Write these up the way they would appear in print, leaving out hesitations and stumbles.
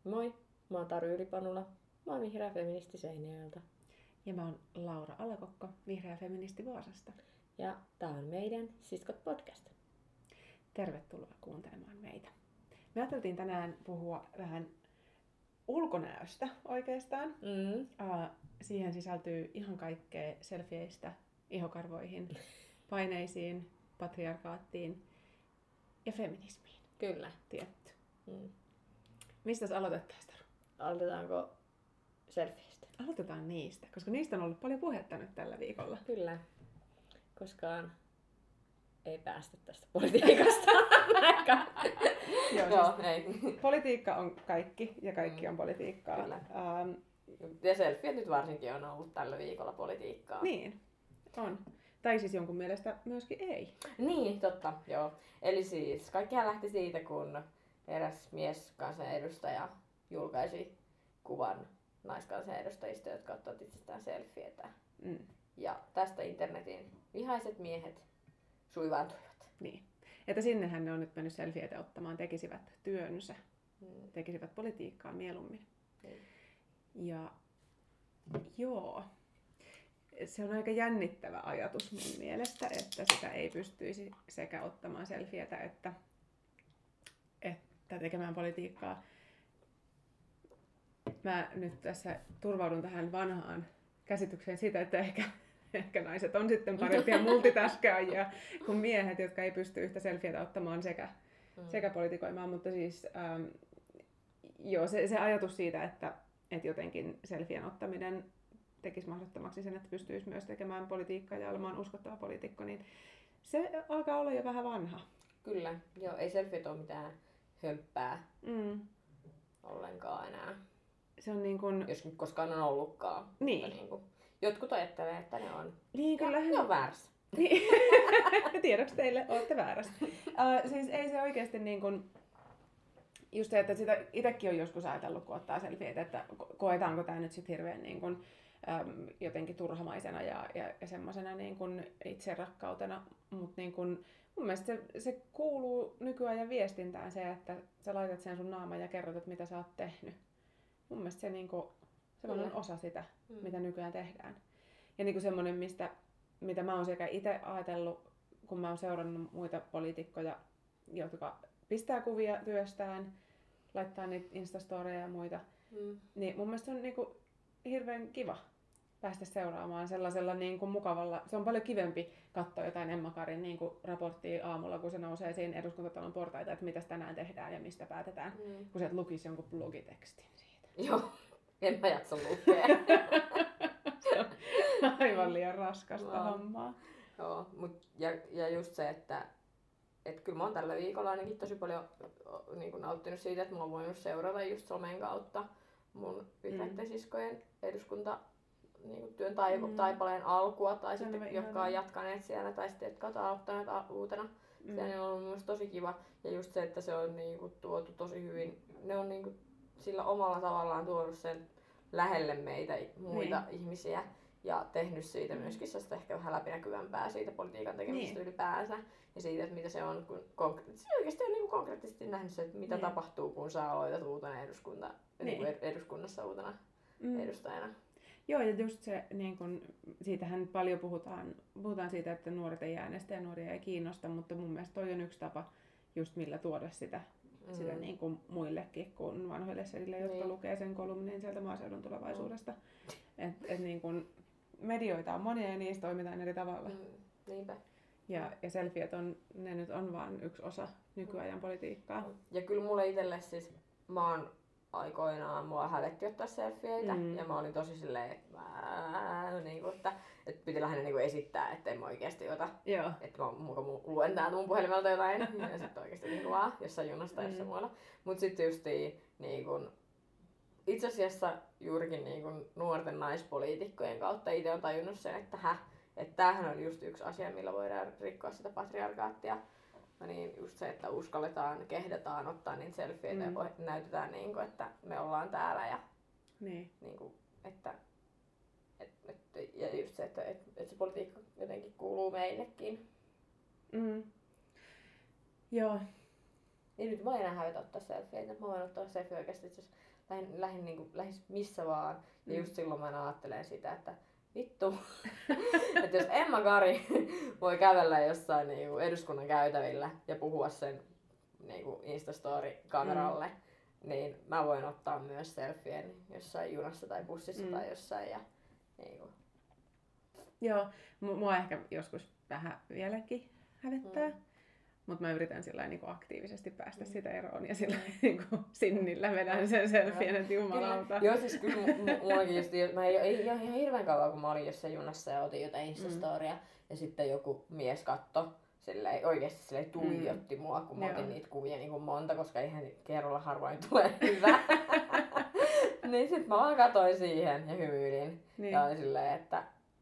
Moi, mä oon Taru Ylipanula. Mä oon vihreä feministi Seinäjoelta. Ja mä oon Laura Alakokko, vihreä feministi Vaasasta. Ja tää on meidän Siskot podcast. Tervetuloa kuuntelemaan meitä. Me ajateltiin tänään puhua vähän ulkonäöstä oikeastaan. Siihen sisältyy ihan kaikkea selfieistä, ihokarvoihin, paineisiin, patriarkaattiin ja feminismiin. Kyllä. Tietty. Mistä aloitettaisiin, Taru? Aloitetaanko selfieistä? Aloitetaan niistä, koska niistä on ollut paljon puhetta nyt tällä viikolla. Kyllä. Koskaan ei päästä tästä politiikasta. Joo, ei. Politiikka on kaikki ja kaikki on politiikkaa. Kyllä. Ja selfieet nyt varsinkin on ollut tällä viikolla politiikkaa. Niin, on. Tai siis jonkun mielestä myöskin ei. Niin, totta, joo. Eli siis kaikkihan lähti siitä, kun eräs mieskansanedustaja julkaisi kuvan naiskansanedustajista, jotka ottavat itsestään selfietä. Ja tästä internetin vihaiset miehet suivaantuivat. Niin. Että sinnehän ne on nyt mennyt selfieitä ottamaan, tekisivät työnsä, tekisivät politiikkaa mieluummin. Ja joo, se on aika jännittävä ajatus mun mielestä, että sitä ei pystyisi sekä ottamaan selfietä että tekemään politiikkaa. Mä nyt tässä turvaudun tähän vanhaan käsitykseen siitä, että ehkä naiset on sitten parempia multitaskaajia kuin miehet, jotka ei pysty yhtä selfietä ottamaan sekä politikoimaan, mutta siis joo, se ajatus siitä, että jotenkin selfien ottaminen tekisi mahdottomaksi sen, että pystyisi myös tekemään politiikkaa ja olemaan uskottava poliitikko, niin se alkaa olla jo vähän vanha. Kyllä, joo, ei selfiet ole mitään hömppää ollenkaan enää. Se on niin kuin... Jos nyt koskaan on ollutkaan. Niin. Niin kuin, jotkut ajattelee, että ne on. Niin, kyllähän... Ne on väärässä. Niin. Tiedoksi teille, olette väärässä. Siis ei se oikeasti niin kuin... Just se, että sitä itsekin on joskus ajatellut, kun ottaa selfieitä, että koetaanko tämä nyt sitten hirveän niin kuin, jotenkin turhamaisena ja semmoisena niin kuin itserakkautena. Mutta niin kuin, mun mielestä se kuuluu nykyajan viestintään se, että sä laitat sen sun naaman ja kerrot, että mitä sä oot tehnyt. Mun mielestä se niinku, semmoinen osa sitä, mitä nykyään tehdään. Ja niinku semmoinen, mitä mä oon sekä itse ajatellut, kun mä oon seurannut muita poliitikkoja, jotka pistää kuvia työstään, laittaa niitä instastoreja ja muita. Niin mun mielestä se on niinku hirveän kiva päästä seuraamaan sellaisella niinku mukavalla. Se on paljon kivempi katsoa jotain Emma Karin niinku raporttia aamulla, kun se nousee siinä eduskuntatalon portaita, että mitä tänään tehdään ja mistä päätetään, kun sieltä lukisi jonkun blogitekstin siitä. Joo, en mä jaksa lukea. Se on aivan liian raskasta hommaa. Joo, ja just se, että kyllä mä oon tällä viikolla ainakin tosi paljon niin kuin nauttinut siitä, että mä oon voinut seurata just somen kautta mun vihreitten siskojen eduskunta niin kuin työn taipaleen alkua, tai sitten jotka on jatkaneet siellä, tai sitten jotka on aloittaneet uutena. Se on ollut myös tosi kiva. Ja just se, että se on niin kuin tuotu tosi hyvin. Ne on niin kuin sillä omalla tavallaan tuonut sen lähelle meitä muita ihmisiä ja tehnyt siitä myöskin sellaista ehkä vähän läpinäkyvämpää siitä politiikan tekemisestä ylipäänsä ja siitä, että mitä se on, kun oikeasti on niin konkreettisesti nähnyt se, että mitä tapahtuu, kun sä aloitat uutena eduskunnassa uutena edustajana. Joo, ja just se, niin kun, siitähän paljon puhutaan siitä, että nuoret ei äänestä ja nuoria ei kiinnosta, mutta mun mielestä toi on yksi tapa just millä tuoda sitä niin kuin muillekin kuin vanhoille sedille, jotka lukee sen kolumnin sieltä maaseudun tulevaisuudesta. Et niin kuin medioita on monia ja niistä toimitaan eri tavalla. Niinpä. Ja selfiet ne nyt on vaan yksi osa nykyajan politiikkaa. Ja kyllä mulle itselle siis, mä oon aikoinaan, mua hävetti ottaa selfieitä ja mä olin tosi silleen, että piti lähinnä niin esittää, ettei mä oikeasti ota. Joo. Että mä luen täältä mun puhelimelta jotain ja sitten oikeasti niin vaan jossain junassa tai jossain muualla. Mut sitten justiin niin kun, itse asiassa juurikin niin kun nuorten naispoliitikkojen kautta itse on tajunnut sen, että tämähän on just yksi asia, millä voidaan rikkoa sitä patriarkaattia. Niin just se, että uskalletaan, kehdataan ottaa niitä selfieitä ja näytetään, niin kuin, että me ollaan täällä. Ja, niin kuin, ja just se, että se politiikka jotenkin kuuluu meillekin. Joo. ei nyt voi enää hävetä ottaa selfieitä. Mä voin ottaa selfie oikeasti itse asiassa lähes missä vaan. Ja just silloin mä ajattelen sitä, että vittu, että jos Emma Kari voi kävellä jossain niinku eduskunnan käytävillä ja puhua sen niinku Instastory-kameralle, niin mä voin ottaa myös selfien jossain junassa tai bussissa tai jossain. Ja, niinku. Joo, mua ehkä joskus vähän vieläkin hävettää. Mutta mä yritän sillä niinku aktiivisesti päästä sitä eroon ja sillä niinku sinnillä vedän sen selfien, että jumalauta. Joo, siis kyllä mullakin just, mä ei ihan hirveän kauan kun mä olin jossain junassa ja otin jotain Instastoria ja sitten joku mies katto oikeesti silleen tuijotti mua, kun mä otin niitä kuvia niin kuin monta, koska eihän kerralla harvoin tulee hyvä. Niin sit mä vaan katoin siihen ja hymyilin ja olin silleen, että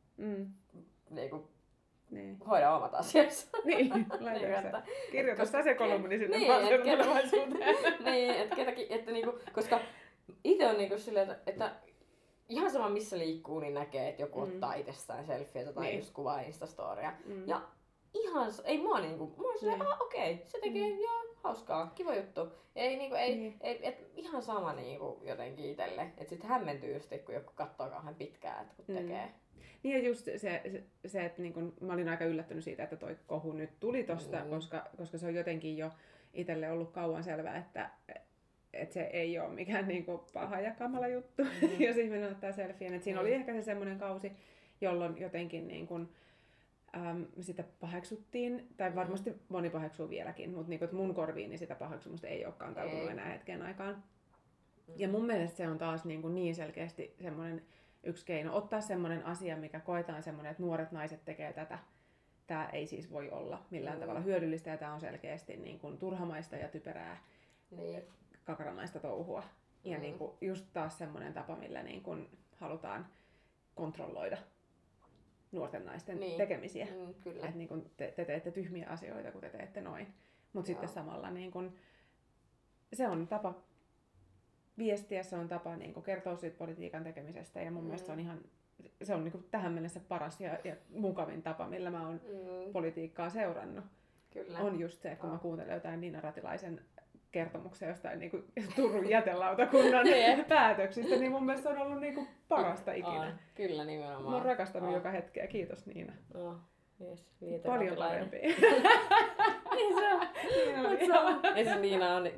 niinku hoida omat asiassa. Niin, laita kirjoitus asiakolumni sinne tulevaisuuteen. Niin, että niinku, koska itse on niinku silleen, että ihan sama missä liikkuu, niin näkee, että joku ottaa itsestään selfietä tai just kuvaa Instastoria. Ja ihan, ei mua niinku, mä oon silleen, okei, se tekee hauskaa, kiva juttu. Ei niinku, et ihan sama niinku jotenkin itselle. Et sit hämmentyy just, kun joku katsoo kauhean pitkään, että kun tekee. Niin ja just se että niin kun, mä olin aika yllättynyt siitä, että toi kohu nyt tuli tosta, koska se on jotenkin jo itselle ollut kauan selvää, että se ei ole mikään niinku paha ja kamala juttu, jos ihminen ottaa selfien. Et siinä oli ehkä se semmoinen kausi, jolloin jotenkin niin kun, sitä paheksuttiin, tai varmasti moni paheksuu vieläkin, mutta niin mun korviin sitä paheksumusta ei ole kantautunut enää hetken aikaan. Ja mun mielestä se on taas niin selkeästi semmoinen yksi keino ottaa semmoinen asia, mikä koetaan semmoinen, että nuoret naiset tekee tätä. Tämä ei siis voi olla millään tavalla hyödyllistä ja tämä on selkeästi niin kuin turhamaista ja typerää, kakaramaista touhua. Ja niin kuin just taas semmoinen tapa, millä niin kuin halutaan kontrolloida nuorten naisten tekemisiä. Että niin kuin te teette tyhmiä asioita, kun te teette noin. Mutta sitten samalla niin kuin, se on tapa viestiä, se on tapa niin kuin kertoa siitä politiikan tekemisestä ja mun mielestä se on niin kuin tähän mennessä paras ja mukavin tapa, millä mä oon politiikkaa seurannut. Kyllä. On just se, kun mä kuuntelen jotain Niina Ratilaisen kertomuksia jostain niin kuin Turun jätelautakunnan päätöksistä, niin mun mielestä se on ollut niin kuin parasta ikinä. Kyllä, nimenomaan. Mä oon rakastanut joka hetkeä. Kiitos Niina. Yes, paljon parempi. Niin se on. Ja siis Niina on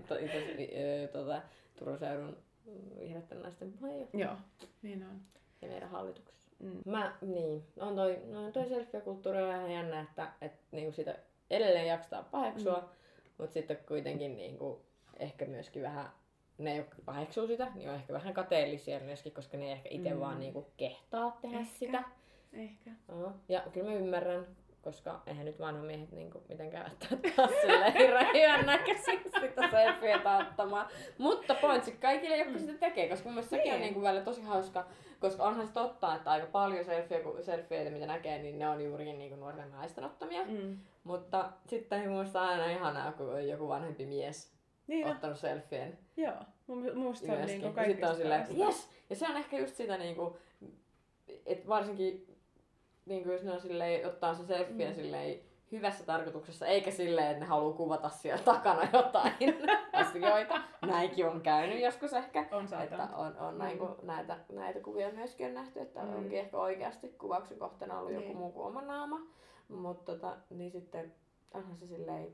Turun seudun vihreitten naisten puheenjohtaja. Joo, niin on. Ja meidän hallituksessa. On toi selfie-kulttuuri on ihan jännä, että niinku sitä edelleen jaksetaan paheksua, mutta sitten kuitenkin niinku ehkä myöskin vähän, ne jotka paheksuu sitä, niin on ehkä vähän kateellisia myöskin, koska ne ei ehkä itse vaan niinku kehtaa tehdä sitä. Ehkä. Ja kyllä mä ymmärrän, koska eihän nyt vanha miehet niinku mitenkään välttämättä taas silleen hirveän näköisiä sitä selfietä ottamaan. Mutta pointsi kaikille, jotka sitä tekee, koska mun mielestä sekin on niinku välillä tosi hauska, koska onhan se totta, että aika paljon selfieitä mitä näkee, niin ne on juurikin niinku nuorten naisten ottamia. Mutta sitten mun mielestä aina ihanaa, kun on joku vanhempi mies ottanut selfien. Joo, musta se on niinku kaikista. Sitten on silleen, että yes! Ja se on ehkä just sitä niinku, että varsinkin niinku jos ne on silleen, ottaa se selfie silleen hyvässä tarkoituksessa, eikä silleen, että ne haluaa kuvata siellä takana jotain asioita. Näinkin on käynyt joskus ehkä. On saattanut. Että on näitä kuvia myöskin on nähty, että onkin ehkä oikeasti kuvauksen kohteena ollut joku muu kuin oma naama. Mutta niin sitten onhan se silleen,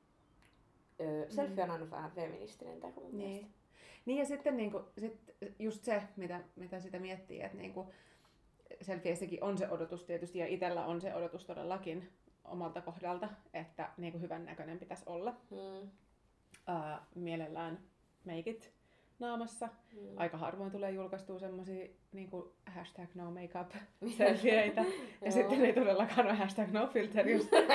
selfie on aina vähän feministinen teko mun mielestä. Niin ja sitten niinku, just se, mitä sitä miettii, että niinku, selfieissäkin on se odotus tietysti ja itsellä on se odotus todellakin omalta kohdalta, että niinku hyvän näköinen pitäisi olla. Mielellään meikit naamassa. Aika harvoin tulee julkaistua semmosia niinku #nomakeup selfieitä. Ja sitten ei todellakaan ole #nofilter,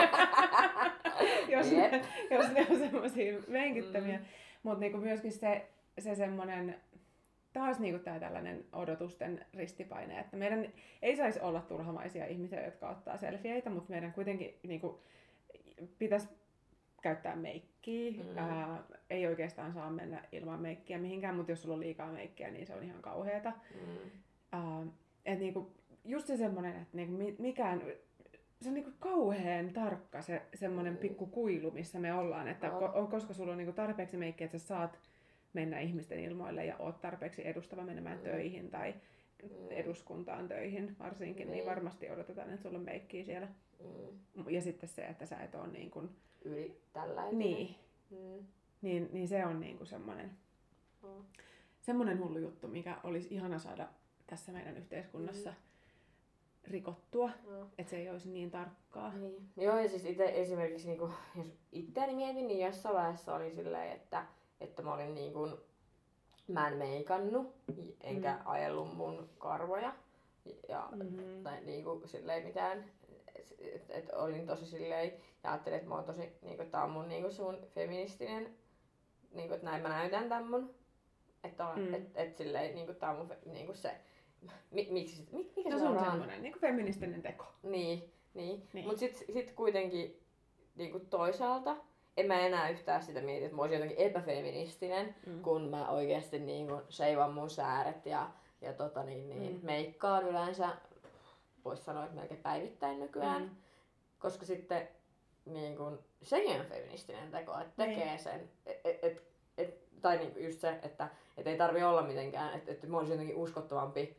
jos ne on semmosia menkittömiä. Mutta niinku myöskin se semmonen taas niinku tää tällainen odotusten ristipaine, että meidän ei saisi olla turhamaisia ihmisiä, jotka ottaa selfieitä, mutta meidän kuitenkin niinku pitäisi käyttää meikkiä. Ei oikeastaan saa mennä ilman meikkiä mihinkään, mutta jos sulla on liikaa meikkiä, niin se on ihan kauheeta. Et niinku, just se semmonen, että niinku mikään se on niinku kauheen tarkka se semmoinen pikku kuilu, missä me ollaan, että koska sulla on niinku tarpeeksi meikkiä, että sä saat mennä ihmisten ilmoille ja oot tarpeeksi edustava menemään töihin tai eduskuntaan töihin varsinkin, niin varmasti odotetaan, että sulla on meikkiä siellä. Ja sitten se, että sä et ole niin kuin... Yli tälläinen. Niin. Niin se on niinku semmoinen hullu juttu, mikä olisi ihana saada tässä meidän yhteiskunnassa rikottua, että se ei olisi niin tarkkaa. Niin. Joo, ja siis itse esimerkiksi, niinku, jos itseäni mietin, niin jossain vaiheessa oli silleen, että mä olin niinku, mä en meikannut, enkä ajellut mun karvoja, ja, tai niinku silleen mitään, et olin tosi silleen, ja ajattelin, että mä oon tosi, niinku, tää on mun niinku sun feministinen, niinku, että näin mä näytän tän mun, että et silleen, niinku, tää on mun niinku se, mikä se on semmoinen niinku feministinen teko. Niin. Mut sit kuitenkin niinku toisaalta en mä enää yhtään sitä mieti, että mä olisin jotenkin epäfeministinen, kun mä oikeesti niinku seivan mun sääret ja meikkaan yleensä, vois sanoa, että melkein päivittäin nykyään. Koska sitten niinku, sekin on feministinen teko, että tekee sen. Tai niinku just se, että ei tarvi olla mitenkään, että mä olisin jotenkin uskottavampi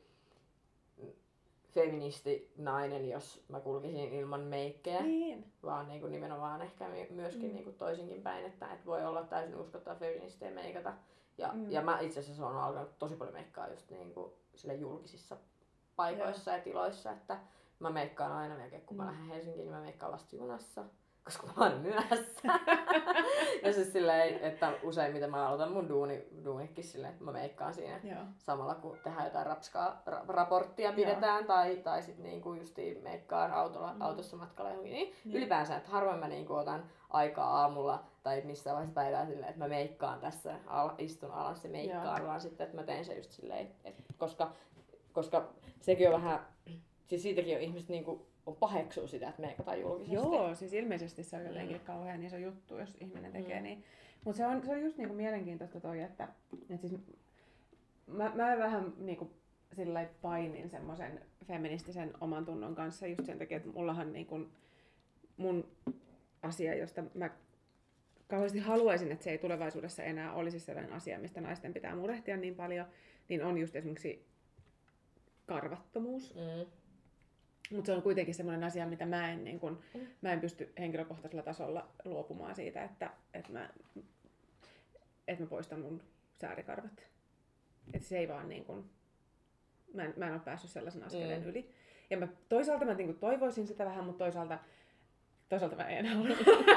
feministinainen, jos mä kulkisin ilman meikkejä, vaan niinku nimenomaan ehkä myöskin niinku toisinkin päin, että voi olla täysin uskottava feministi ja meikata. Ja mä itse asiassa olen alkanut tosi paljon meikkaa just niinku sille julkisissa paikoissa ja tiloissa, että mä meikkaan aina melkein, kun mä lähden Helsinkiin, niin mä meikkaan vasta junassa, koska mä oon myöhässä. Ja siis silleen, että useimmiten mä aloitan mun duunikin silleen, että mä meikkaan siinä samalla kun tehdään jotain raporttia pidetään tai sit niinku justiin meikkaan autossa matkalla johonkin. Niin ylipäänsä, että harvoin mä niinku otan aikaa aamulla tai missään vaiheessa päivää silleen, että mä meikkaan tässä, istun alas ja meikkaan, vaan sitten, että mä teen se just silleen, että koska sekin on vähän, siis siitäkin on ihmiset niinku on paheksuu sitä, että meikataan julkisesti. Joo, siis ilmeisesti se on jotenkin kauhean iso juttu, jos ihminen tekee niin. Mutta se on just niinku mielenkiintoista toi, että siis mä vähän niinku sillai painin semmoisen feministisen oman tunnon kanssa just sen takia, että mullahan niinku mun asia, josta mä kauheasti haluaisin, että se ei tulevaisuudessa enää olisi sellainen asia, mistä naisten pitää murehtia niin paljon, niin on just esimerkiksi karvattomuus. Mutta se on kuitenkin semmoinen asia, mitä mä en pysty henkilökohtaisella tasolla luopumaan siitä, että mä poistan mun säärikarvat. Että se ei vaan mä en ole päässyt sellaisen askeleen yli. Ja toisaalta mä toivoisin sitä vähän, mutta toisaalta mä en halua.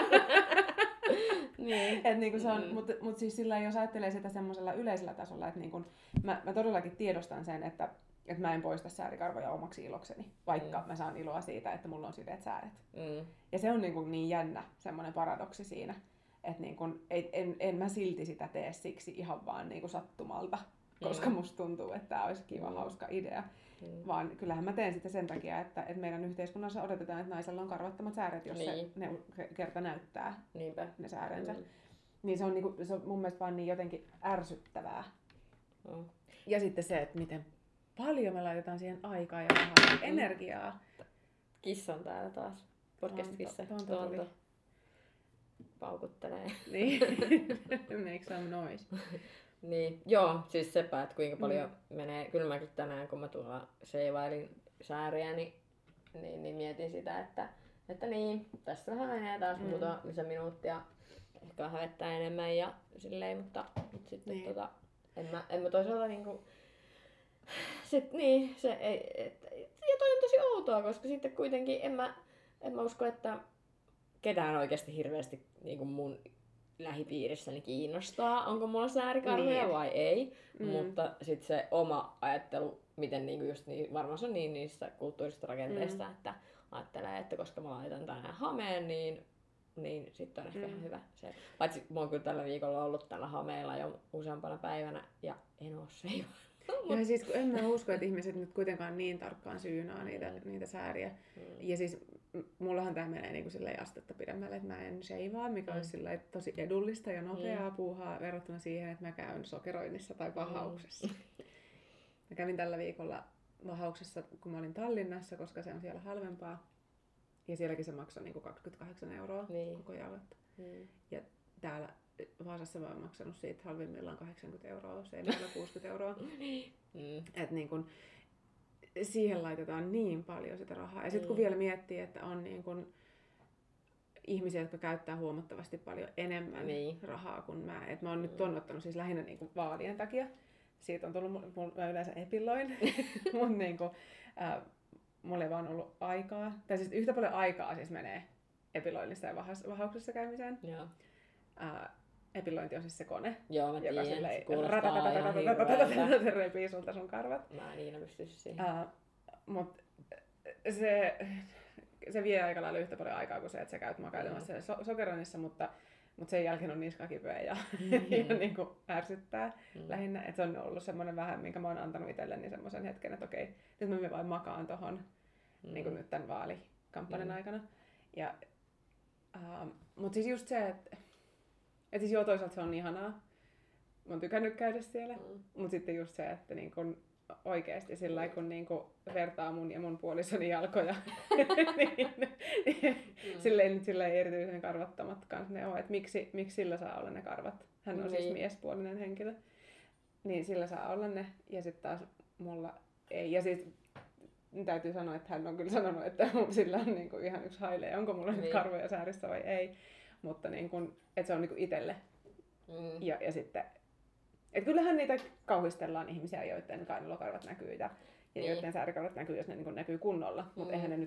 Niin. Se on, mutta siis sillä jos ajattelee sitä semmoisella yleisellä tasolla, että mä todellakin tiedostan sen, että mä en poista säärikarvoja omaksi ilokseni, vaikka mä saan iloa siitä, että mulla on sileät sääret. Ja se on niin jännä semmoinen paradoksi siinä, että en mä silti sitä tee siksi ihan vaan sattumalta, koska musta tuntuu, että tää olisi kiva, hauska idea. Vaan kyllähän mä teen sitä sen takia, että meidän yhteiskunnassa odotetaan, että naisella on karvattomat sääret, jos ne kerta näyttää ne säärensä. Niin se on mun mielestä vaan niin jotenkin ärsyttävää. Ja sitten se, että miten paljon me laitetaan siihen aikaa ja rahaa ja energiaa. Kissa on täällä taas. Podcast-kissa. Tonto paukuttelee. Niin. Make some noise. Niin. Joo, siis sepä, että kuinka paljon menee. Kyllä mäkin tänään, kun mä tuolla seivailin sääriä, niin mietin sitä, että niin, tässä vähän menee taas muutama lisäminuuttia. Ehkä hävettää enemmän ja silleen, mutta sitten en mä toisaalta niinku... Ja toi on tosi outoa, koska sitten kuitenkin en mä usko, että ketään oikeasti hirveästi niin mun lähipiirissäni kiinnostaa, onko mulla säärikarvoja vai ei. Mutta sitten se oma ajattelu, miten niinku just varmaan se on niin niistä kulttuurisista rakenteista, että ajattelee, että koska mä laitan tänään hameen, niin sitten on ehkä ihan hyvä se. Paitsi mä oon kyllä tällä viikolla ollut tällä hameella jo useampana päivänä ja en oo seivannut. Ja siis en mä usko, että ihmiset nyt kuitenkaan niin tarkkaan syynaa niitä sääriä. Ja siis mullahan tää menee niinku astetta pidemmälle, että mä en sheivaa, mikä olisi tosi edullista ja nopeaa puuhaa verrattuna siihen, että mä käyn sokeroinnissa tai vahauksessa. Mä kävin tällä viikolla vahauksessa, kun mä olin Tallinnassa, koska se on siellä halvempaa. Ja sielläkin se maksoi niinku 28 € Niin. koko jauhettu. Mm. Ja täällä Vaasassa mä oon maksanut siitä halvimmillaan 80 €, Seinäjoella 60 €. Et niin kun, siihen laitetaan niin paljon sitä rahaa. Ja sitten kun vielä miettii, että on niin kun ihmisiä, jotka käyttää huomattavasti paljon enemmän rahaa kuin mä. Et mä oon nyt ton ottanut siis lähinnä niin kun vaalien takia. Siitä on tullut, mä yleensä epiloin, mutta niin mulla ei vaan ollut aikaa. Tai siis yhtä paljon aikaa siis menee epiloinnissa ja vahauksessa käymiseen. Joo. Epilointi on siis se kone, Joo, mä joka tiedän. silleen Se se repii sulta sun karvat. Mä en ikinä pystyisi siihen. Mut se vie aika lailla yhtä paljon aikaa kuin se, että sä käyt makailemassa sokeroinnissa, mutta sen jälkeen on niska kipeä ja niinku ärsyttää lähinnä. Et se on ollut semmoinen vähän, minkä mä oon antanut itselleni semmoisen hetken, että okei, nyt mä vain makaan tohon niinku nyt tämän vaalikampanjan aikana. Ja, mut siis just se, että siis joo, toisaalta se on ihanaa. Mä oon tykännyt käydä siellä, mut sitten just se, että niin kun oikeesti sillä kun niinku vertaa mun ja mun puolisoni jalkoja, silleen nyt silleen erityisen karvattomat kans ne on, että miksi sillä saa olla ne karvat. Hän on siis miespuolinen henkilö. Niin sillä saa olla ne, ja sitten taas mulla ei. Ja siis täytyy sanoa, että hän on kyllä sanonut, että sillä on niinku ihan yksi haile, onko mulla nyt karvoja säärissä vai ei. Mutta niinku, että se on niinku itselle. Ja sitten et kyllähän niitä kauhistellaan ihmisiä, joiden kainalokarvat näkyy ja joiden säärikarvat näkyy, jos ne niin näkyy kunnolla, mutta eihän ne nyt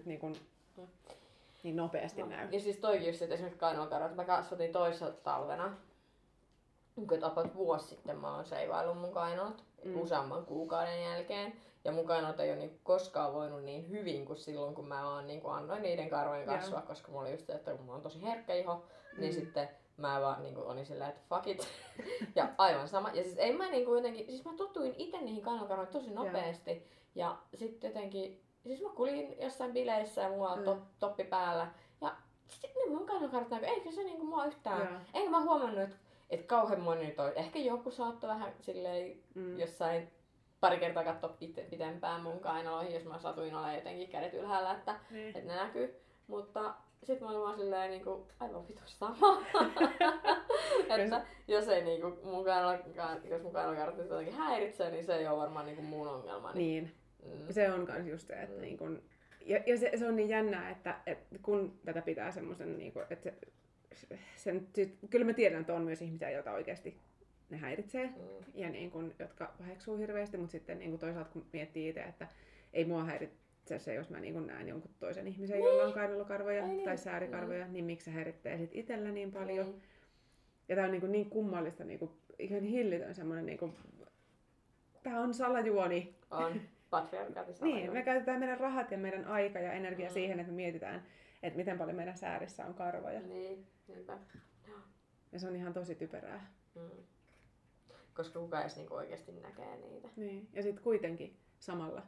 niin nopeasti näy. Ja siis toikin just, että esimerkiksi kainalokarvat, mä kasvatin toissa talvena, että about vuosi sitten mä oon seivaillut mun kainalot useamman kuukauden jälkeen. Ja mun kainalot ei ole niin koskaan voinut niin hyvin kuin silloin, kun mä vaan niin annoin niiden karvojen kasvaa, koska mulla oli just, että kun mulla on tosi herkkä iho, niin sitten mä vaan niin olin silleen, että fuck it. Ja aivan sama. Ja siis ei mä niin jotenkin, siis mä tutuin itse niihin kainalokarvoihin tosi nopeasti. Ja sitten jotenkin, siis mä kulin jossain bileissä ja mulla on toppi päällä. Ja sitten ne mun kainalokarvat näkyy, eikä se niinku mua yhtään. Enkä mä huomannut, että kauhean moni toi. Ehkä joku saattoi vähän silleen jossain pari kertaa katsoa pitempään mun kainaloihin, jos mä satuin olemaan jotenkin kädet ylhäällä, että ne näkyy. Mutta sit mä olin vaan silleen niinku aivan vitus sama. Että jos ei niinku jos mun kainalokarvat nyt jotenkin häiritsee, niin se ei oo varmaan niinku mun ongelma. Niin. Se on kans just se, että niinku, ja se on niin jännää, että kun tätä pitää semmosen niinku, että kyllä mä tiedän, että on myös ihmisiä, joita oikeesti ne häiritsee ja niinku, jotka paheksuu hirveästi, mutta sitten niinku toisaalta kun miettii itse, että ei mua häiritse se, jos mä niinku näen jonkun toisen ihmisen, jolla on kainalokarvoja tai säärikarvoja, niin miksi se häiritsee sit itsellä niin paljon. Ja tää on niin kummallista, ihan hillitön semmonen tää on salajuoni. On. Patriarkaatti salajuoni. Niin, me käytetään meidän rahat ja meidän aika ja energia siihen, että me mietitään, että miten paljon meidän säärissä on karvoja. Niin, niinpä. Ja se on ihan tosi typerää. Koska kukaan edes oikeesti näkee niitä. Niin, ja sit kuitenkin samalla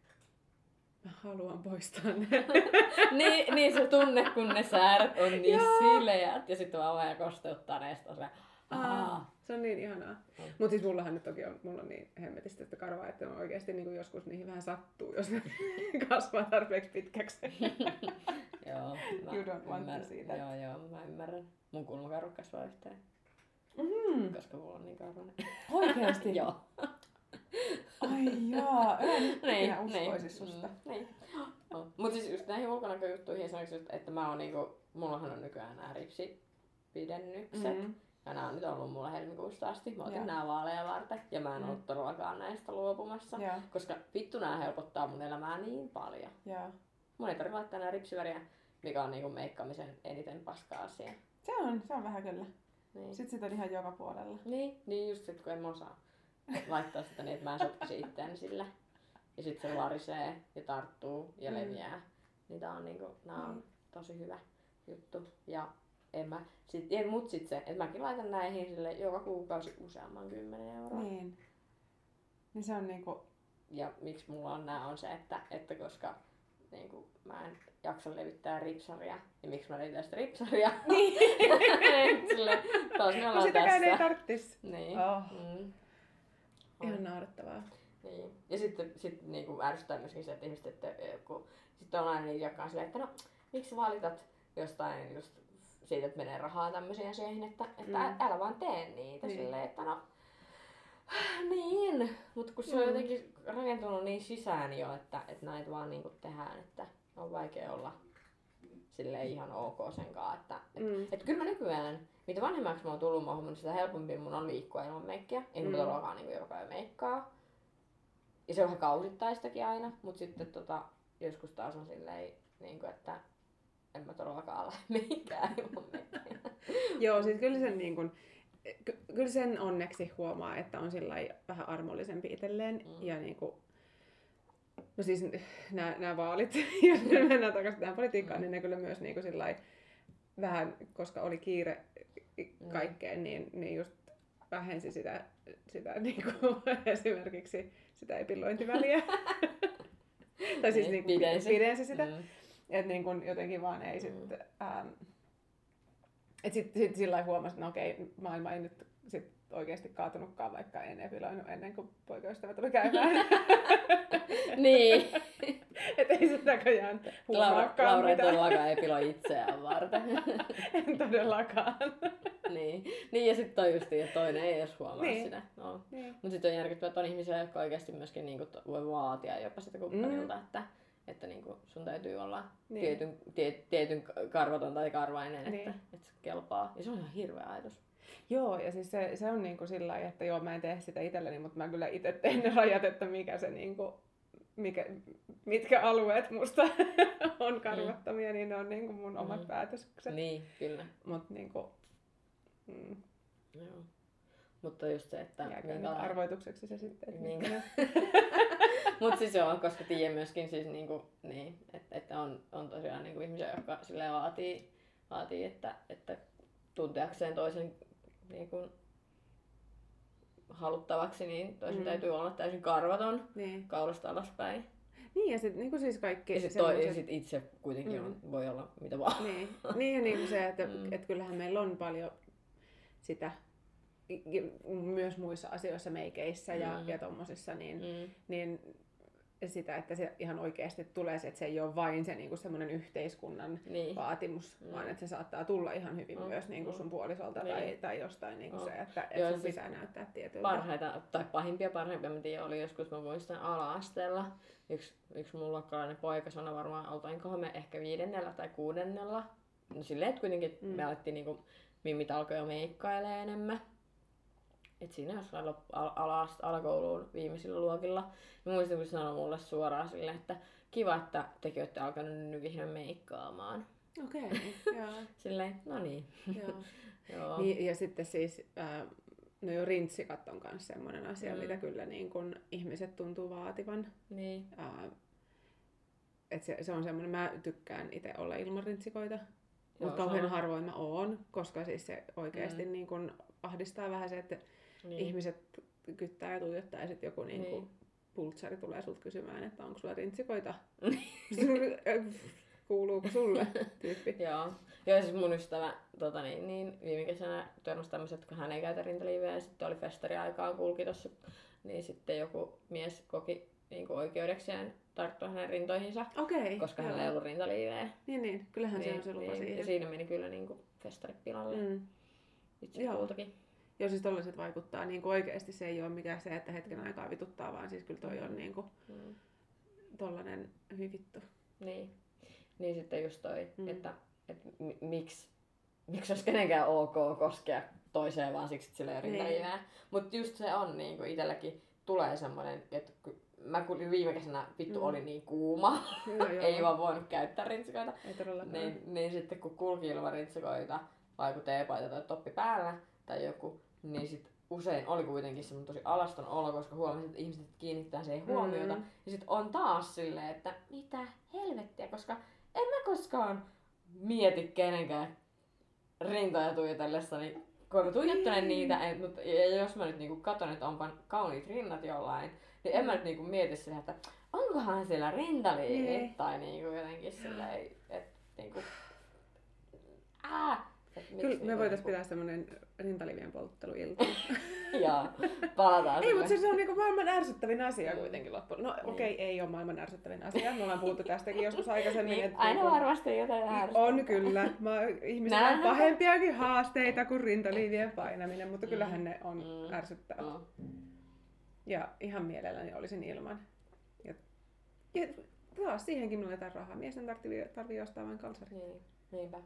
mä haluan poistaa ne. niin se tunne, kun ne sääret on niin sileät ja sitten vaan vähän kosteuttaa ne. Se on niin ihanaa. Mut siis mullahan nyt toki mulla on niin hemmetisti että karvaa, että on oikeesti niinku joskus niihin vähän sattuu, jos ne kasvaa tarpeeksi pitkäksi. Joo. You don't want to see that. Joo, mä ymmärrän. Mun kulmakarvat kasvaa yhteen. Koska mulla on niin karvainen. Oikeesti? Joo. Ai jaa, en uskoisis susta. Niin. Mut siis just näihin ulkonäköjuttuihin sanoisin, että mä oon niinku, mullahan on nykyään nää ripsipidennykset. Ja nää on nyt ollut mulla helmikuusta asti. Mä otin nää vaaleja varten ja mä en ollut todellakaan näistä luopumassa. Koska vittu nää helpottaa mun elämää niin paljon. Mun ei tarvitse laittaa nää ripsiväriä, mikä on niinku meikkaamisen eniten paska asia. Se on vähän kyllä. Niin. Sit on ihan joka puolella. Niin just sit kun en osaa laittaa sitä niin, että mä en sotkisi itteeni sillä. Ja sit se larisee ja tarttuu ja leviää. Niin tää on niinku, nää on tosi hyvä juttu. Ja mut sit se, että mäkin laitan näihin sille joka kuukausi useamman 10 €. Niin se on niinku. Ja miksi mulla on nää on se, että koska niinku mä en jaksa levittää ripsaria, niin miksi mä levitän sitä ripsaria? Niin. Sille, taas me ollaan sitäkään tässä. ei tarttis. Niin. Ihan naurettavaa. Niin. Ja sitten niinku ärsyttää myöskin se, että ihmiset, että kun sitten on aina niitä, jotka on silleen, että no miksi sä valitat jostain just siitä, että menee rahaa tämmöisiä siihen, että älä vaan tee niitä silleen, että no niin, mutta kun se on jotenkin rakentunut niin sisään jo, että näitä vaan niinku tehdään, että on vaikea olla silleen ihan ok senkaan, että et kyllä mä nykyään, mitä vanhemmaksi mä oon tullut muuhun, sitä helpompi mun on liikkua ilman meikkiä, en mä todellakaan niinku joka päivä meikkaa. Ja se on vähän kausittaistakin aina, mutta sitten joskus taas on silleen, niinku, että en mä todellakaan lähde meikään ilman meikkiä. Joo, siis kyllä sen niin kun, kyllä sen onneksi huomaa, että on sillai vähän armollisempi itselleen ja niinku, no siis nämä vaalit, jos mennään takaisin tähän politiikkaan, niin ne kyllä myös niinku sillai vähän, koska oli kiire kaikkeen, niin just vähensi sitä niinku, esimerkiksi sitä epilointiväliä. Tai siis niinku, pidensi sitä. Että niinku, jotenkin vaan ei sitten... Että sit sillä huomasi, että no okei, maailma ei nyt sit oikeasti kaatunutkaan, vaikka en epiloinut ennen kuin poikaystävä tuli käymään. Niin. Että ei se näköjään huomaakaan Laura ei todellakaan epiloi itseään varten. En todellakaan. Niin ja sitten toi justiin, että toinen ei edes huomaa sitä. No. Niin. Mutta sitten on järkyttävää, että on ihmisiä, jotka oikeasti myöskin niinku voi vaatia jopa sitä kumppanilta, että niinku sun täytyy olla tietyn karvaton tai karvainen, että se kelpaa. Ja se on ihan hirveä ajatus. Joo, ja siis se on niinku sillä lailla, että joo, mä en tee sitä itselleni, mutta mä kyllä itse teen ne rajat, että mikä se niinku, mitkä alueet musta on karvattomia, niin ne on niinku mun omat päätökset. Niin, kyllä. Mut niinku... Joo. Mutta just se, että... arvoitukseksi se sitten. Mutta siis joo, koska tiedän myöskin siis niinku, niin, että on tosiaan niinku ihmisiä, jotka silleen vaatii että tunteakseen toisen niinku haluttavaksi, niin toisen täytyy olla täysin karvaton kaulasta alaspäin. Niin ja sitten niinku siis kaikki... Ja sit itse kuitenkin voi olla mitä vaan. Niin ja niin se, että et kyllähän meillä on paljon sitä myös muissa asioissa, meikeissä ja tommosissa, niin sitä, että se ihan oikeasti tulee se, että se ei ole vain se niinku semmoinen yhteiskunnan vaatimus, vaan että se saattaa tulla ihan hyvin myös niinku sun puolisolta tai jostain niinku se, että joo, sun siis pitää näyttää tietyltä. Parhaita, tai parhaimpia, mä tiedän, oli joskus, mä muistan ala-asteella, yksi mun luokkalainen poika sanoi varmaan, oltainkohan me ehkä 5. tai 6. No silleen, että kuitenkin me alettiin niinku, mimmit alkoi jo meikkailemaan enemmän. Et siinä jossain alakouluun viimeisillä luokilla. Ja muistan, kun sanoi mulle suoraan silleen, että kiva, että tekin olette alkanut nyt vihdoin meikkaamaan. Okei, joo. Silleen, no niin. Joo. Niin, ja sitten siis, no jo rintsikat on myös semmoinen asia, mitä kyllä niin kun ihmiset tuntuu vaativan. Niin. Et se on semmoinen, mä tykkään itse olla ilman rintsikoita. Mutta kauhean harvoin mä oon, koska siis se oikeasti niin kun ahdistaa vähän se, että ihmiset kyttää ja tuijottaa ja sitten joku niinku pultsari tulee sulta kysymään, että onko sulla rintsikoita. Kuuluuko sulle? Tyyppi. Joo, siis mun ystävä viime kesänä törmäsi tämmöiset, kun hän ei käytä rintaliiveä ja sitten oli festariaikaa kulki tossa, niin sitten joku mies koki niinku oikeudekseen tarttua hänen rintoihinsa, koska hänellä ei ollut rintaliiveä. Niin, kyllähän se on se lupa siihen. Ja siinä meni kyllä niinku festaripilalle. Itse kultakin. Joo, siis tollaiset vaikuttaa niinku oikeesti, se ei ole mikään se, että hetken aikaa vituttaa, vaan siis kyllä toi on niinku tollanen hyvin vittu. Niin sitten just toi, että miksi olisi kenenkään ok koskea toiseen vaan siksi, että sillä ei ole rintaliiveä. Mutta just se on niinku itselläkin tulee semmoinen, että mä kun viime kesänä oli niin kuuma, ei vaan voinut käyttää rintsikoita. Niin sitten kun kulki ilman rintsikoita, vai kun teepaita tai toppi päällä tai joku, niin sit usein oli kuitenkin semmoinen tosi alaston olo, koska huomasin, että ihmiset kiinnittää siihen huomiota. Ja sit on taas silleen, että mitä helvettiä, koska en mä koskaan mieti kenenkään rintoja tuijotellessani, kun mä tuijottelen niitä, ja jos mä nyt niinku katon, että onpa kauniit rinnat jollain, niin en mä nyt niinku mieti sitä, että onkohan siellä rintaliivit tai niinku jotenkin silleen, että niinku Kyllä me voitaisiin pitää semmonen rintalivien poltteluilta. Joo, palataan Ei, sille. mutta se on niinku maailman ärsyttävin asia kuitenkin loppuun. No okei, ei ole maailman ärsyttävin asia. Me ollaan puhuttu tästäkin joskus aikaisemmin. Niin, että aina varmasti jotain ärsyttää. on kyllä. Ihmisillä on pahempiakin haasteita kuin rintalivien painaminen, mutta kyllähän ne on ärsyttävät. Ja ihan mielelläni olisin ilman. Ja taas siihenkin me laitetaan rahaa. Miesten tarvii ostaa vain kalsari. Niin, niinpä.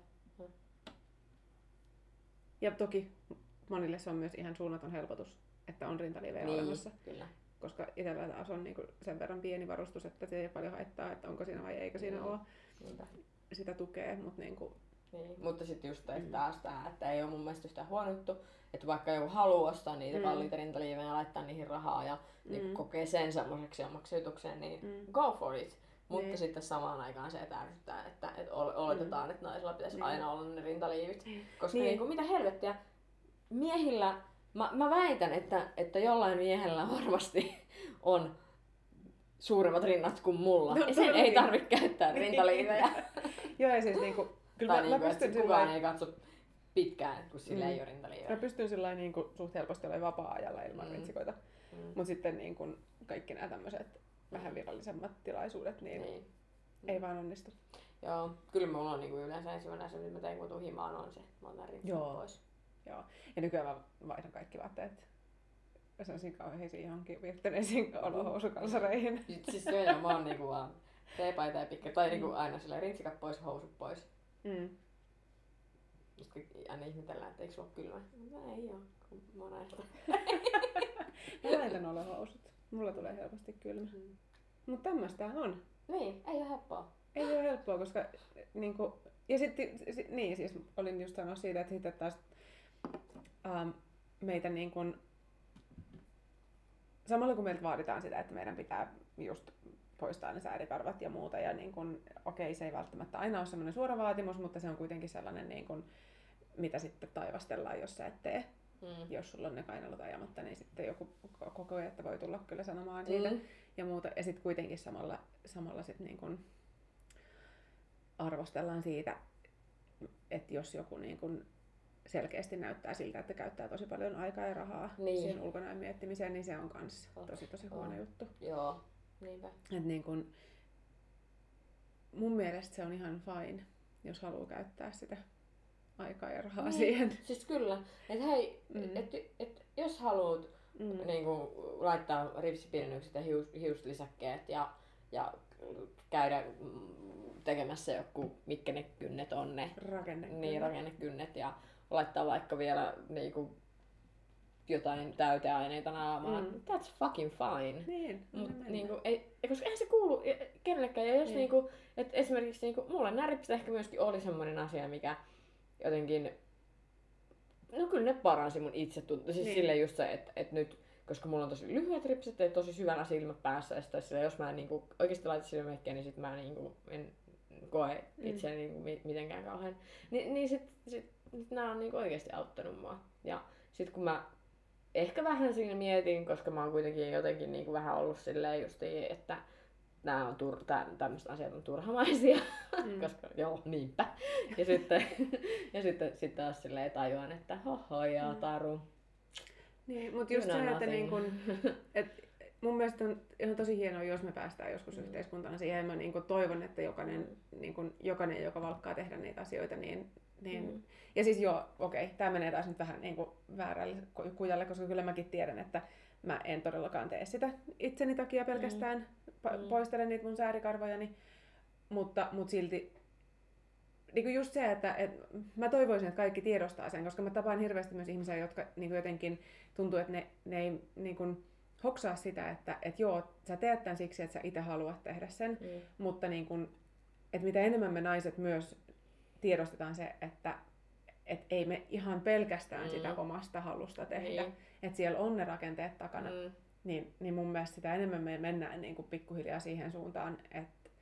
Ja toki monille se on myös ihan suunnaton helpotus, että on rintalivejä olemassa. Kyllä. Koska itsellä taas on niinku sen verran pieni varustus, että se ei paljon haittaa, että onko siinä vai eikö siinä ole. Niinpä. Sitä tukee, mutta niinku... Niin. Mutta sitten just että taas tää, että ei ole mun mielestä yhtään huono juttu, että vaikka joku haluaa ostaa niitä kalliita rintaliivejä ja laittaa niihin rahaa ja niin kokee sen semmoiseksi omaksi jutukseen, niin go for it. Mutta sitten samaan aikaan se, että ärsyttää, että oletetaan, että naisilla pitäisi aina olla ne rintaliivit. Koska niin mitä helvettiä, miehillä, mä väitän, että jollain miehellä varmasti on suuremmat rinnat kuin mulla. No, ja sen ei tarvitse käyttää rintaliivejä. Joo, ja siis niinku... Kyllä tai niinku, että kukaan ei katso pitkään, kun sillä ei ole rintaliivejä. Mä pystyn sillä niinku suht helposti olemaan vapaa-ajalla ilman ritsikoita. Mut sitten niinku kaikki nämä tämmöiset vähän virallisemmat tilaisuudet, niin ei vaan onnistu. Joo, kyllä mulla on niinku yleensä ensimmäinen asia, mitä mä teen kun tuun himaan, on se, että mä otan ritsikot pois. Joo, ja nykyään mä vaihdan kaikki vaatteet sellaisiin kauheisiin johonkin virtaneisiin olohousukalsareihin. Siis joo, mä oon niinku vaan teepaita ja pikkä, tai niinku aina silleen rintsikat pois, housut pois. Sitten aina ihmetellään, että eikö sulla ole kylmä. Mutta ei oo, kun mä oon aina. Mä laitan olohousut. Mulla tulee helposti kylmä. Mutta tämmöistä on. Niin, ei oo helppoa. Ei oo helppoa, koska niinku... Ja sitten, niin siis olin just sanoa siitä, että sitten taas meitä niin kuin, samalla kun meiltä vaaditaan sitä, että meidän pitää just poistaa ne säärikarvat ja muuta, ja niin kuin, okei, se ei välttämättä aina ole semmoinen suora vaatimus, mutta se on kuitenkin sellainen, niin kuin, mitä sitten taivastellaan, jos sä et tee. Jos sulla on ne kainalut ajamatta, niin sitten joku koko ajan voi tulla kyllä sanomaan siitä ja muuta. Ja sitten kuitenkin samalla sit niin kuin arvostellaan siitä, että jos joku niin kuin selkeästi näyttää siltä, että käyttää tosi paljon aikaa ja rahaa siihen ulkonäön miettimiseen, niin se on kans tosi huono juttu. Joo, niinpä. Et niin kun, mun mielestä se on ihan fine, jos haluaa käyttää sitä aikaa ja rahaa siihen. Siis kyllä. Että hei, et jos haluat niinku, laittaa ripsipidennykset ja hiuslisäkkeet ja käydä tekemässä joku, mitkä ne kynnet on ne. Rakennekynnet ja laittaa vaikka vielä niinku jotain täyteaineita naamaan. That's fucking fine. Niin, niinku, koska eihän se kuulu kenellekään. Ja jos niinku, et esimerkiksi niinku, mulle nämä ripsit ehkä myöskin oli semmoinen asia, mikä jotenkin, no kyllä ne paransi mun itsetuntoa. Siis silleen just se, että nyt, koska mulla on tosi lyhyet ripsit ja tosi syvällä silmät päässä, ja sitten jos mä niinku oikeesti laitan silmämekkiä, niin sit mä niinku en koe itseäni niinku mitenkään kauhean. Niin sit nää on niinku oikeesti auttanut mua. Ja sit kun mä ehkä vähän siinä mietin, koska mä oon kuitenkin jotenkin niinku vähän ollut silleen justiin, että nää on tämmöiset asiat on turhamaisia, koska joo, niinpä. Ja sitten taas silleen tajuan, että hohojaa taru. Niin, mutta just se, että niin kun, et mun mielestä on ihan tosi hienoa, jos me päästään joskus yhteiskuntana siihen. Mä niin kun toivon, että jokainen, joka valkkaa tehdä niitä asioita, niin ja siis joo, okei, tää menee taas nyt vähän niin kuin väärälle kujalle, koska kyllä mäkin tiedän, että mä en todellakaan tee sitä itseni takia pelkästään, poistelen niitä mun säärikarvojani, mutta silti niin kuin just se, että mä toivoisin, että kaikki tiedostaa sen, koska mä tapaan hirveästi myös ihmisiä, jotka niin kuin jotenkin tuntuu, että ne ei niin kuin hoksaa sitä, että joo, sä teet tämän siksi, että sä itse haluat tehdä sen, mutta niin kuin, että mitä enemmän me naiset myös tiedostetaan se, että ei me ihan pelkästään sitä omasta halusta tehdä, että siellä on ne rakenteet takana, niin mun mielestä sitä enemmän me mennään niin kuin pikkuhiljaa siihen suuntaan, että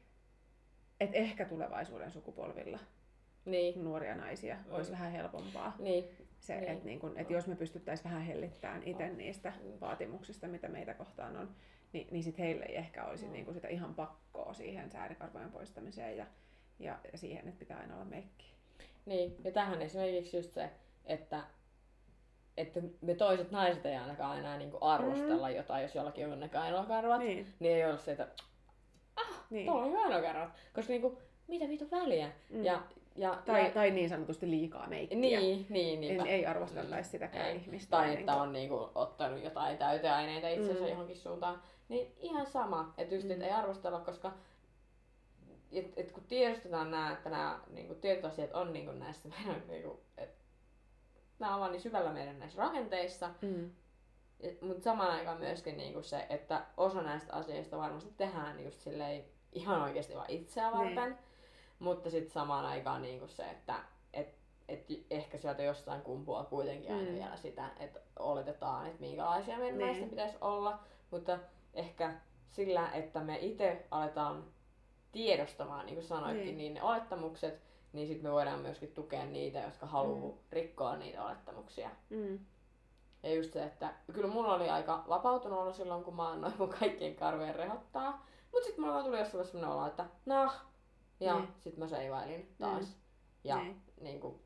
ehkä tulevaisuuden sukupolvilla nuoria naisia olisi vähän helpompaa. Se, että jos me pystyttäisiin vähän hellittämään itse niistä vaatimuksista, mitä meitä kohtaan on, niin sit heille ei ehkä olisi niin kuin sitä ihan pakkoa siihen säärikarvojen poistamiseen ja siihen, että pitää aina olla meikkiä. Niin, ja tähän esimerkiksi just se, että me toiset naiset ei ainakaan enää niinku arvostella jotain, jos jollakin on ne kainalokarvat, niin ei ole se, että niin. tuolla on kainalokarvat, koska niinku, mitä on väliä? Tai niin sanotusti liikaa meikkiä. Niin. Ei arvostellaisi sitäkään ihmistä. Tai että on niinku ottanut jotain täyteaineita itsensä johonkin suuntaan. Niin ihan sama, että just ei arvostella, koska et kun tiedostetaan että nämä niinku tietyt asiat on niinku näissä meidän niinku, nämä on vaan niin syvällä meidän näissä rakenteissa, mutta samaan aikaan myöskin niinku se, että osa näistä asioista varmasti tehdään just silleen ihan oikeasti vaan itseä varten, mutta sitten samaan aikaan niinku se, että ehkä sieltä jostain kumpuaa kuitenkin aina vielä sitä, että oletetaan, että minkälaisia meidän naisten pitäisi olla, mutta ehkä sillä, että me itse aletaan tiedostamaan, niin kuin sanoitkin, niin ne olettamukset, niin sitten me voidaan myöskin tukea niitä, jotka haluaa rikkoa niitä olettamuksia. Ja just se, että kyllä mulla oli aika vapautunut olla silloin, kun mä annoin mun kaikkien karvojen rehottaa. Mut sit mulla tuli jossain sellainen olo, että ja sit mä seivailin taas. Ja niinku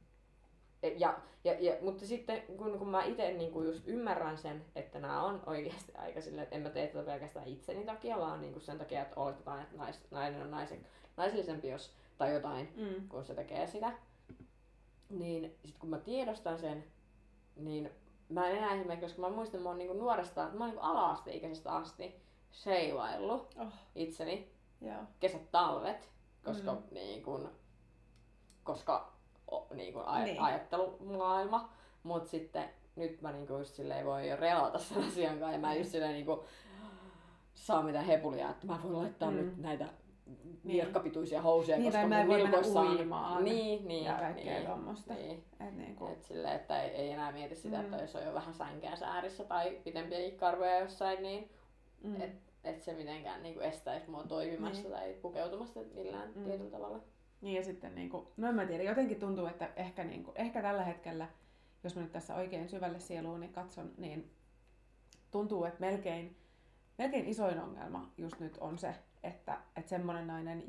mutta sitten kun mä itse niinku just ymmärrän sen, että nämä on oikeasti aika silleen, että en mä tee tätä pelkästään itseni takia, vaan niinku sen takia, että oletetaan, että nainen on naisellisempi tai jotain, kun se tekee sitä. Niin sit kun mä tiedostan sen, niin mä en enää esimerkiksi, koska mä muistan, että mä oon niinku nuoresta, mä oon niinku ala-asteikäisestä asti seivaillut itseni kesät talvet, koska ajattelumaailma, mut sitten nyt mä niinku just silleen voi jo relata sen asiankaan ja mä just silleen niinku saa mitään hepulia, että mä voin laittaa nyt näitä viekkapituisia housuja, koska mä en mun voi mennä nilkoissa on uimaan ja kaikkea tommosta. Et silleen, että ei enää mieti sitä, että jos on jo vähän sänkeä säärissä tai pitempiä karvoja jossain, niin et se mitenkään niinku estäisi mua toimimasta tai pukeutumasta millään tietyllä tavalla. Niin ja sitten no en mä tiedä, jotenkin tuntuu, että ehkä tällä hetkellä, jos mä nyt tässä oikein syvälle sieluun niin katson, niin tuntuu, että melkein isoin ongelma just nyt on se, että semmonen nainen,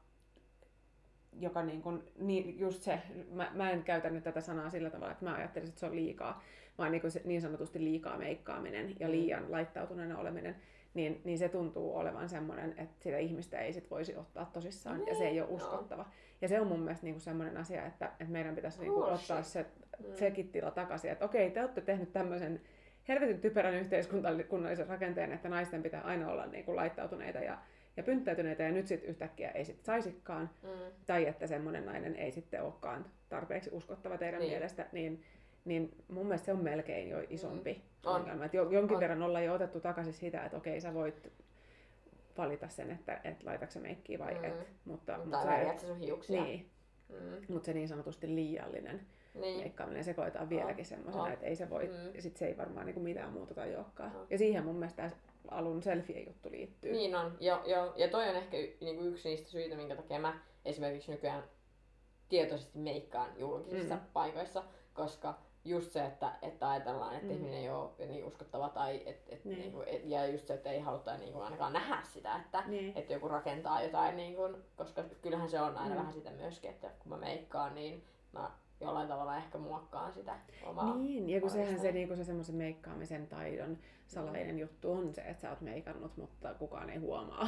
joka just se, mä en käytä nyt tätä sanaa sillä tavalla, että mä ajattelisin, että se on liikaa, vaan niin sanotusti liikaa meikkaaminen ja liian laittautuneena oleminen, niin se tuntuu olevan semmoinen, että sitä ihmistä ei sit voisi ottaa tosissaan ja se ei ole uskottava. Ja se on mun mielestä semmoinen asia, että meidän pitäisi ottaa sekin tila takaisin, että okei, te olette tehnyt tämmöisen helvetin typerän yhteiskunnallisen rakenteen, että naisten pitää aina olla laittautuneita ja pynttäytyneitä ja nyt sitten yhtäkkiä ei sit saisikaan, tai että semmoinen nainen ei sitten olekaan tarpeeksi uskottava teidän mielestä, niin mun mielestä se on melkein jo isompi ongelma. Että jonkin verran ollaan jo otettu takaisin sitä, että okei, sä voit valita sen, että laitatko sä meikkiä vai et. Tai värjät sä sun hiuksia. Niin. Mutta se niin sanotusti liiallinen meikkaaminen, se koetaan vieläkin semmoisena, että ei se voi, sit se ei varmaan mitään muuta tai olekaan. Ja siihen mun mielestä alun selfie-juttu liittyy. Niin on, ja toi on ehkä yksi niistä syitä, minkä takia mä esimerkiksi nykyään tietoisesti meikkaan julkisissa paikoissa, koska just se, että ajatellaan, että ihminen ei ole niin uskottava tai ja just se, että ei haluta ainakaan nähdä sitä, että joku rakentaa jotain, koska kyllähän se on aina vähän sitä myöskin, että kun mä meikkaan, niin mä jollain tavalla ehkä muokkaan sitä omaa. Niin, ja kun sehän se semmoisen meikkaamisen taidon salainen juttu on se, että sä oot meikannut, mutta kukaan ei huomaa.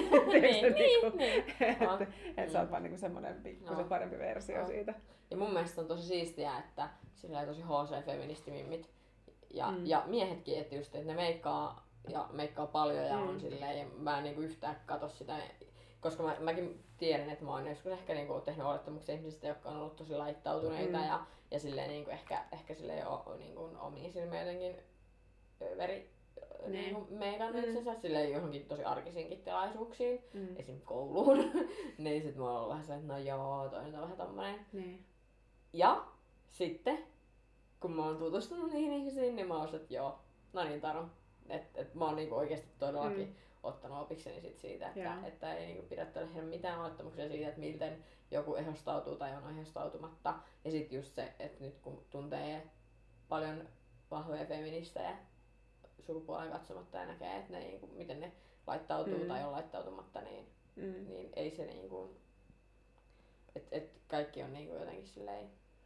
Että sä oot vaan semmoinen pikkusen parempi versio siitä. Ja mun mielestä on tosi siistiä, että sillä tosi HC-feministimimmit ja miehetkin, että just, että ne meikkaa paljon ja on silleen, ja mä en yhtään katso sitä, koska mäkin tiedän, että mä oon joskus ehkä tehnyt olettamuksia ihmisistä, jotka on ollut tosi laittautuneita ja silleen ehkä silleen omiin silmiin jotenkin meikannut itsensä silleen johonkin tosi arkisiinkin tilaisuuksiin, esim. Kouluun, niin sit mulla on ollut vähän se, että no joo, toi on vähän tommonen. Ja sitten, kun mä oon tutustunut niihin ihmisiin, niin mä oon että joo, no niin Taru, että mä oon oikeesti todellakin ottanut opikseni siitä, että ei pidä tehdä mitään olettamuksia siitä, että miten joku ehostautuu tai on ehostautumatta. Ja sit just se, että nyt kun tuntee paljon vahvoja feministejä sukupuoleen katsomatta ja näkee, että ne, miten ne laittautuu tai on laittautumatta, niin ei se et kaikki on niinku jotenkin silleen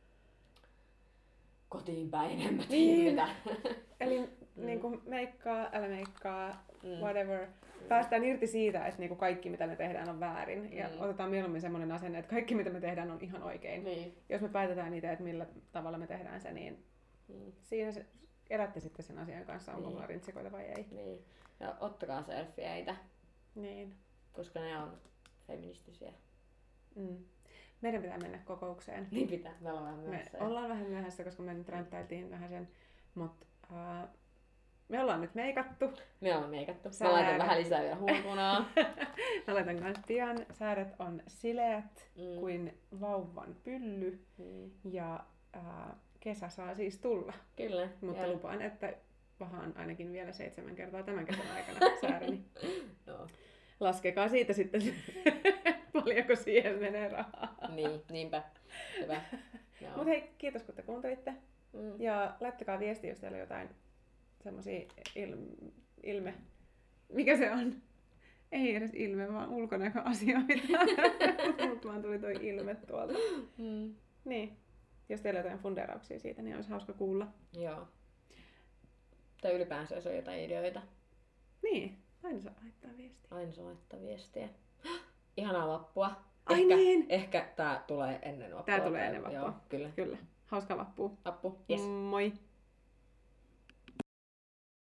kotiin päin, en mä tiedä Niin. mitä. Eli niinku meikkaa, älä meikkaa, whatever. Päästään irti siitä, että niinku kaikki mitä me tehdään on väärin. Ja otetaan mieluummin semmoinen asenne, että kaikki mitä me tehdään on ihan oikein. Niin. Jos me päätetään itse, että millä tavalla me tehdään se, niin siinä se, elätte sitten sen asian kanssa, onko mulla rintsikoita vai ei. Niin. Ja ottakaa selfieitä, Niin. koska ne on feministisiä. Meidän pitää mennä kokoukseen. Niin pitää, me ollaan vähän myöhässä. Me ollaan vähän myöhässä, koska me nyt ränttäiltiin vähän sen, mutta me ollaan nyt meikattu. Me ollaan meikattu. Mä Sääret. laitan vähän lisää vielä huulpunaa. Mä laitan kans pian. Sääret on sileät kuin vauvan pylly. Ja kesä saa siis tulla. Kyllä. Mutta lupaan, että vahaan ainakin vielä 7 kertaa tämän kesän aikana sääreni. Joo. Laskekaa siitä sitten, paljonko siihen menee rahaa. Niin, niinpä. Hyvä. Mutta hei, kiitos kun te kuuntelitte. Ja laittakaa viesti, jos teillä on jotain semmosia ilme... Mikä se on? Ei edes ilme, vaan ulkonäköasioita. Mut vaan tuli toi ilme tuolta. Niin. Jos teillä on jotain funderauksia siitä, niin olisi hauska kuulla. Joo. Tai ylipäänsä, jos on jotain ideoita. Niin. Aina saa laittaa viestiä. Aina saa laittaa viestiä. Ihanaa vappua. Ai niin! Ehkä tää tulee ennen vappua. Tää tulee ennen vappua. Joo, kyllä. Kyllä. Hauskaa vappua. Vappu. Yes. Moi!